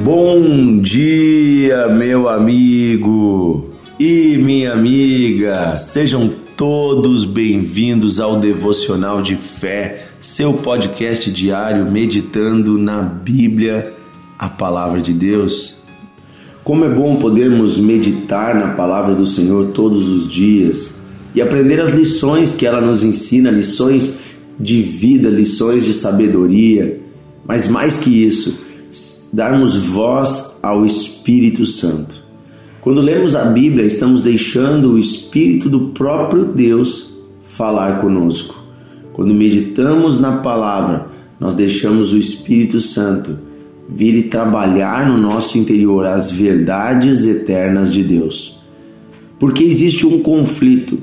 Bom dia, meu amigo e minha amiga. Sejam todos bem-vindos ao Devocional de Fé, seu podcast diário meditando na Bíblia, a Palavra de Deus. Como é bom podermos meditar na Palavra do Senhor todos os dias e aprender as lições que ela nos ensina, lições de vida, lições de sabedoria, mas mais que isso, darmos voz ao Espírito Santo. Quando lemos a Bíblia, estamos deixando o Espírito do próprio Deus falar conosco. Quando meditamos na palavra, nós deixamos o Espírito Santo vir e trabalhar no nosso interior as verdades eternas de Deus. Porque existe um conflito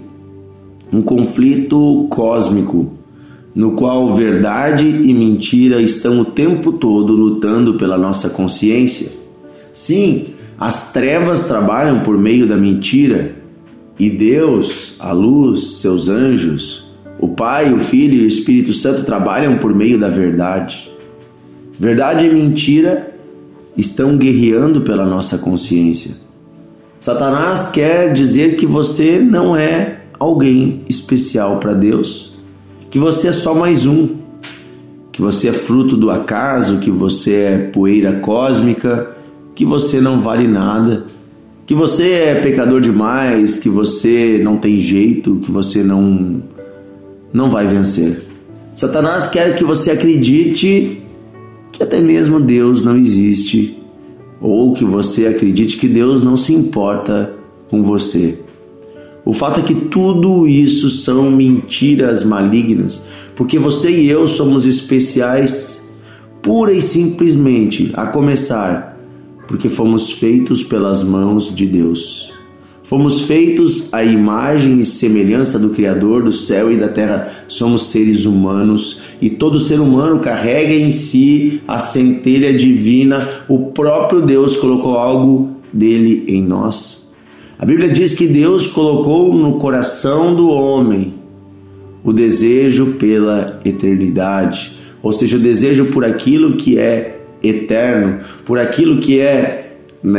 cósmico, no qual verdade e mentira estão o tempo todo lutando pela nossa consciência. Sim, as trevas trabalham por meio da mentira e Deus, a luz, seus anjos, o Pai, o Filho e o Espírito Santo trabalham por meio da verdade. Verdade e mentira estão guerreando pela nossa consciência. Satanás quer dizer que você não é alguém especial para Deus, que você é só mais um, que você é fruto do acaso, que você é poeira cósmica, que você não vale nada, que você é pecador demais, que você não tem jeito, que você não vai vencer. Satanás quer que você acredite que até mesmo Deus não existe, ou que você acredite que Deus não se importa com você. O fato é que tudo isso são mentiras malignas, porque você e eu somos especiais pura e simplesmente, a começar, porque fomos feitos pelas mãos de Deus. Fomos feitos à imagem e semelhança do Criador do céu e da terra. Somos seres humanos e todo ser humano carrega em si a centelha divina. O próprio Deus colocou algo dele em nós. A Bíblia diz que Deus colocou no coração do homem o desejo pela eternidade, ou seja, o desejo por aquilo que é eterno, por aquilo que é,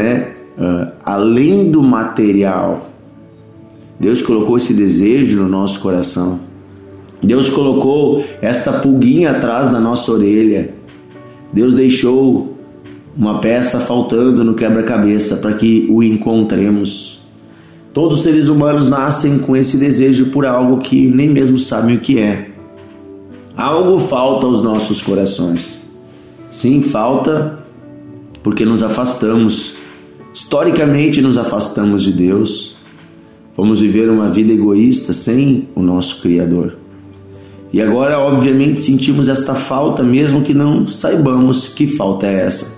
além do material. Deus colocou esse desejo no nosso coração. Deus colocou esta pulguinha atrás da nossa orelha. Deus deixou uma peça faltando no quebra-cabeça para que o encontremos. Todos os seres humanos nascem com esse desejo por algo que nem mesmo sabem o que é. Algo falta aos nossos corações. Sim, falta porque nos afastamos. Historicamente nos afastamos de Deus. Vamos viver uma vida egoísta sem o nosso Criador. E agora, obviamente, sentimos esta falta, mesmo que não saibamos que falta é essa.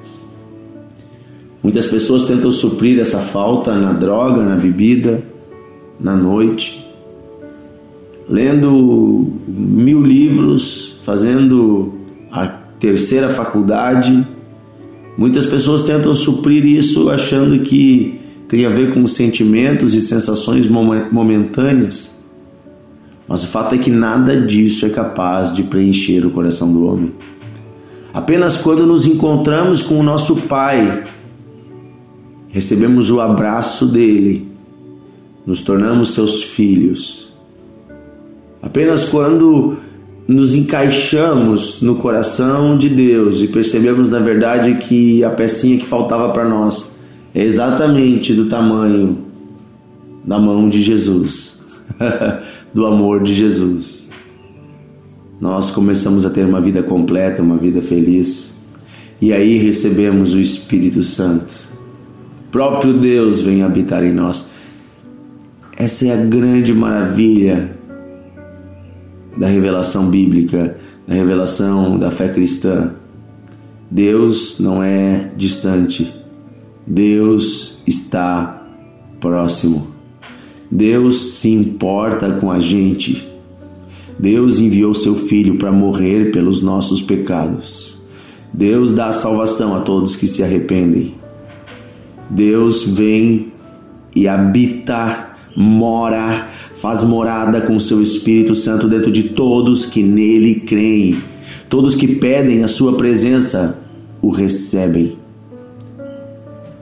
Muitas pessoas tentam suprir essa falta na droga, na bebida, na noite, lendo 1000 livros, fazendo a terceira faculdade. Muitas pessoas tentam suprir isso achando que tem a ver com sentimentos e sensações momentâneas. Mas o fato é que nada disso é capaz de preencher o coração do homem. Apenas quando nos encontramos com o nosso Pai, recebemos o abraço dele, nos tornamos seus filhos. Apenas quando nos encaixamos no coração de Deus e percebemos na verdade que a pecinha que faltava para nós é exatamente do tamanho da mão de Jesus, do amor de Jesus, nós começamos a ter uma vida completa, uma vida feliz. E aí recebemos o Espírito Santo. Próprio Deus vem habitar em nós. Essa é a grande maravilha da revelação bíblica, da revelação da fé cristã. Deus não é distante. Deus está próximo. Deus se importa com a gente. Deus enviou seu Filho para morrer pelos nossos pecados. Deus dá salvação a todos que se arrependem. Deus vem e habita, mora, faz morada com seu Espírito Santo dentro de todos que nele creem. Todos que pedem a sua presença o recebem.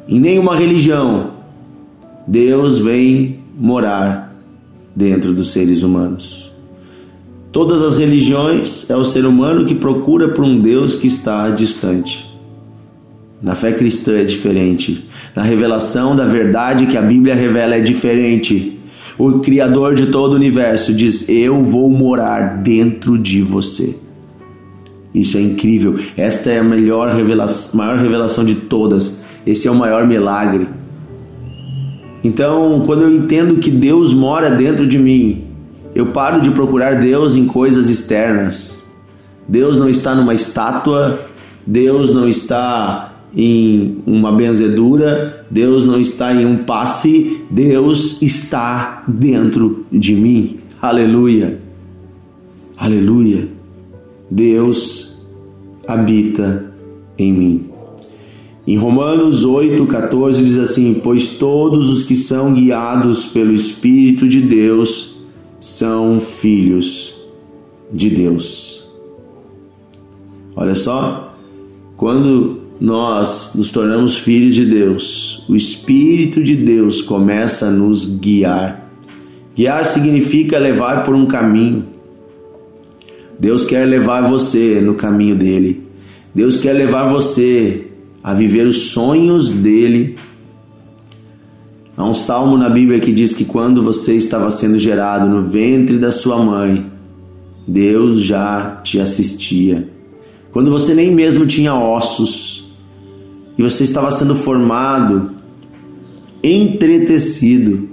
em nenhuma religião, Deus vem morar dentro dos seres humanos. Todas as religiões é o ser humano que procura por um Deus que está distante. Na fé cristã é diferente. Na revelação da verdade que a Bíblia revela é diferente. O Criador de todo o universo diz: eu vou morar dentro de você. Isso é incrível. Esta é a maior revelação de todas. Esse é o maior milagre. Então, quando eu entendo que Deus mora dentro de mim, eu paro de procurar Deus em coisas externas. Deus não está numa estátua, Deus não está em uma benzedura, Deus não está em um passe, Deus está dentro de mim. Aleluia! Aleluia! Deus habita em mim. Em Romanos 8,14 diz assim: pois todos os que são guiados pelo Espírito de Deus são filhos de Deus. Olha só, quando nós nos tornamos filhos de Deus, o Espírito de Deus começa a nos guiar. Guiar significa levar por um caminho. Deus quer levar você no caminho dele. Deus quer levar você a viver os sonhos dele. Há um salmo na Bíblia que diz que quando você estava sendo gerado no ventre da sua mãe, Deus já te assistia. Quando você nem mesmo tinha ossos e você estava sendo formado, entretecido,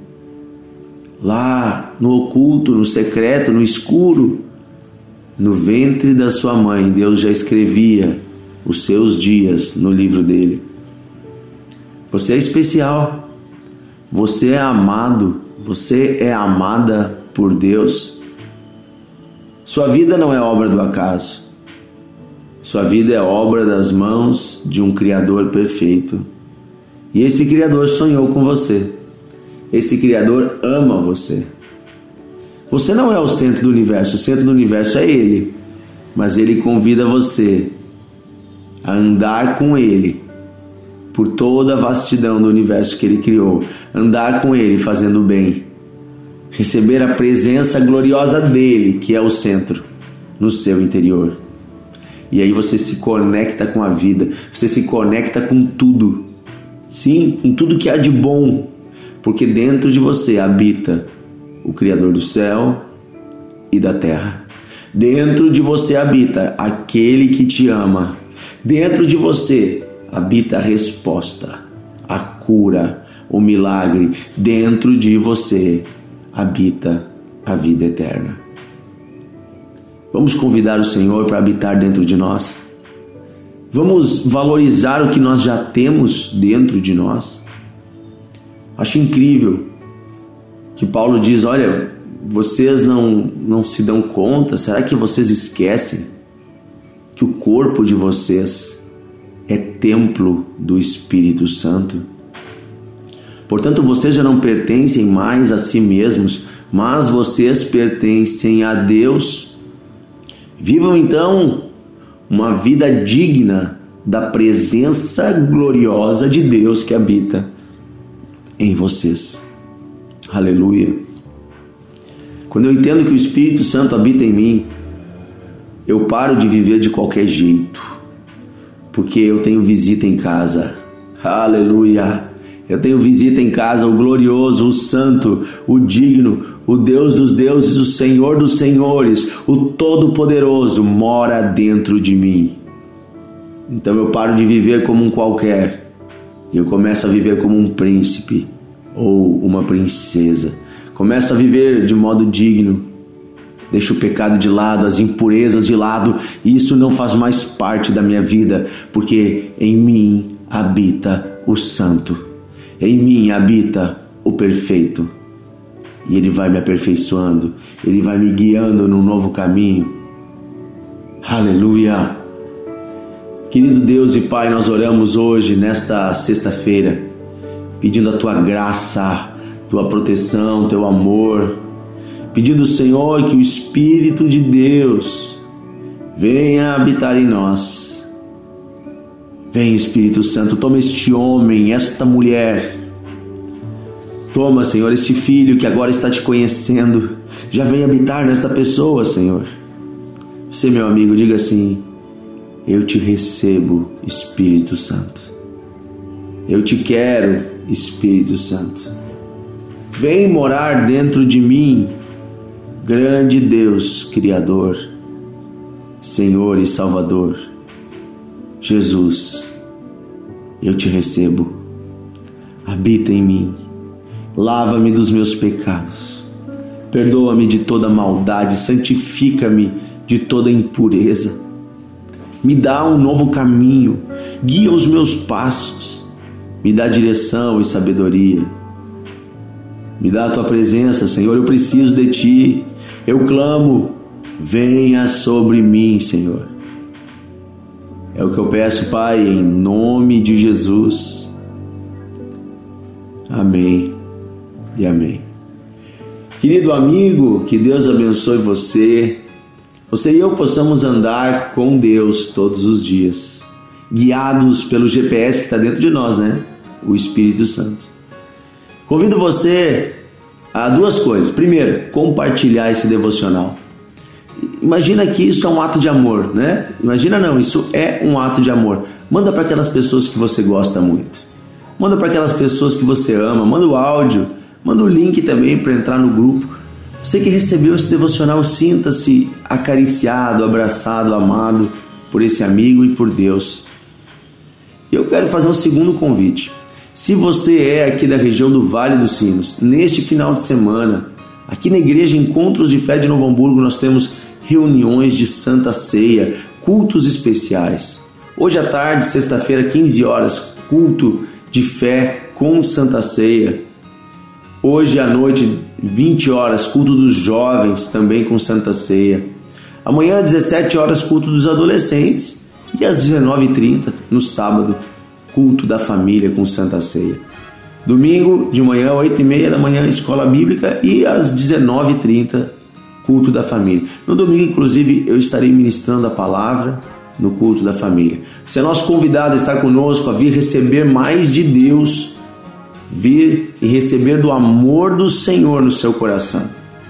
lá no oculto, no secreto, no escuro, no ventre da sua mãe, Deus já escrevia os seus dias no livro dele. Você é especial, você é amado, você é amada por Deus. Sua vida não é obra do acaso. Sua vida é obra das mãos de um Criador perfeito. E esse Criador sonhou com você. Esse Criador ama você. Você não é o centro do universo, o centro do universo é Ele. Mas Ele convida você a andar com Ele por toda a vastidão do universo que Ele criou. Andar com Ele fazendo o bem. Receber a presença gloriosa dEle, que é o centro, no seu interior. E aí você se conecta com a vida, você se conecta com tudo. Sim, com tudo que há de bom. Porque dentro de você habita o Criador do céu e da terra. Dentro de você habita aquele que te ama. Dentro de você habita a resposta, a cura, o milagre. Dentro de você habita a vida eterna. Vamos convidar o Senhor para habitar dentro de nós. Vamos valorizar o que nós já temos dentro de nós. Acho incrível que Paulo diz: olha, vocês não se dão conta, será que vocês esquecem que o corpo de vocês é templo do Espírito Santo? Portanto, vocês já não pertencem mais a si mesmos, mas vocês pertencem a Deus. Vivam então uma vida digna da presença gloriosa de Deus que habita em vocês. Aleluia. Quando eu entendo que o Espírito Santo habita em mim, eu paro de viver de qualquer jeito, porque eu tenho visita em casa. Aleluia. Eu tenho visita em casa, o glorioso, o santo, o digno, o Deus dos deuses, o Senhor dos senhores, o todo-poderoso mora dentro de mim. Então eu paro de viver como um qualquer e eu começo a viver como um príncipe ou uma princesa. Começo a viver de modo digno. Deixo o pecado de lado, as impurezas de lado, e isso não faz mais parte da minha vida, porque em mim habita o santo. Em mim habita o perfeito. E Ele vai me aperfeiçoando, Ele vai me guiando num novo caminho. Aleluia! Querido Deus e Pai, nós oramos hoje, nesta sexta-feira, pedindo a Tua graça, Tua proteção, Teu amor, pedindo, Senhor, que o Espírito de Deus venha habitar em nós. Vem, Espírito Santo, toma este homem, esta mulher. Toma, Senhor, este filho que agora está te conhecendo. Já vem habitar nesta pessoa, Senhor. Você, meu amigo, diga assim: eu te recebo, Espírito Santo. Eu te quero, Espírito Santo. Vem morar dentro de mim, grande Deus, Criador, Senhor e Salvador. Jesus, eu te recebo. Habita em mim. Lava-me dos meus pecados. Perdoa-me de toda maldade. Santifica-me de toda impureza. Me dá um novo caminho. Guia os meus passos. Me dá direção e sabedoria. Me dá a tua presença, Senhor. Eu preciso de ti. Eu clamo. Venha sobre mim, Senhor. É o que eu peço, Pai, em nome de Jesus. Amém e amém. Querido amigo, que Deus abençoe você. Você e eu possamos andar com Deus todos os dias, guiados pelo GPS que está dentro de nós, né? O Espírito Santo. Convido você a duas coisas. Primeiro, compartilhar esse devocional. Imagina que isso é um ato de amor, né? Imagina não, isso é um ato de amor. Manda para aquelas pessoas que você gosta muito. Manda para aquelas pessoas que você ama. Manda o áudio. Manda o link também para entrar no grupo. Você que recebeu esse devocional, sinta-se acariciado, abraçado, amado por esse amigo e por Deus. Eu quero fazer um segundo convite. Se você é aqui da região do Vale dos Sinos, neste final de semana, aqui na Igreja Encontros de Fé de Novo Hamburgo, nós temos reuniões de Santa Ceia, cultos especiais. Hoje à tarde, sexta-feira, 15 horas, culto de fé com Santa Ceia. Hoje à noite, 20 horas, culto dos jovens, também com Santa Ceia. Amanhã, 17 horas, culto dos adolescentes. E às 19h30, no sábado, culto da família com Santa Ceia. Domingo, de manhã, 8h30 da manhã, escola bíblica. E às 19h30, culto da família. No domingo, inclusive, eu estarei ministrando a palavra no culto da família. Você é nosso convidado a estar conosco, a vir receber mais de Deus, vir e receber do amor do Senhor no seu coração.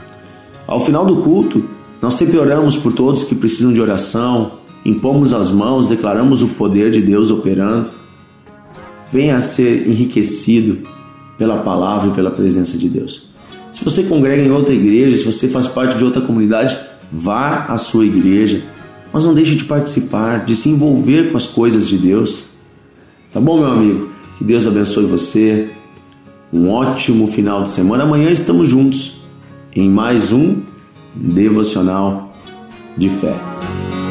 Ao final do culto, nós sempre oramos por todos que precisam de oração, impomos as mãos, declaramos o poder de Deus operando. Venha a ser enriquecido pela palavra e pela presença de Deus. Se você congrega em outra igreja, se você faz parte de outra comunidade, vá à sua igreja, mas não deixe de participar, de se envolver com as coisas de Deus. Tá bom, meu amigo? Que Deus abençoe você. Um ótimo final de semana. Amanhã estamos juntos em mais um Devocional de Fé.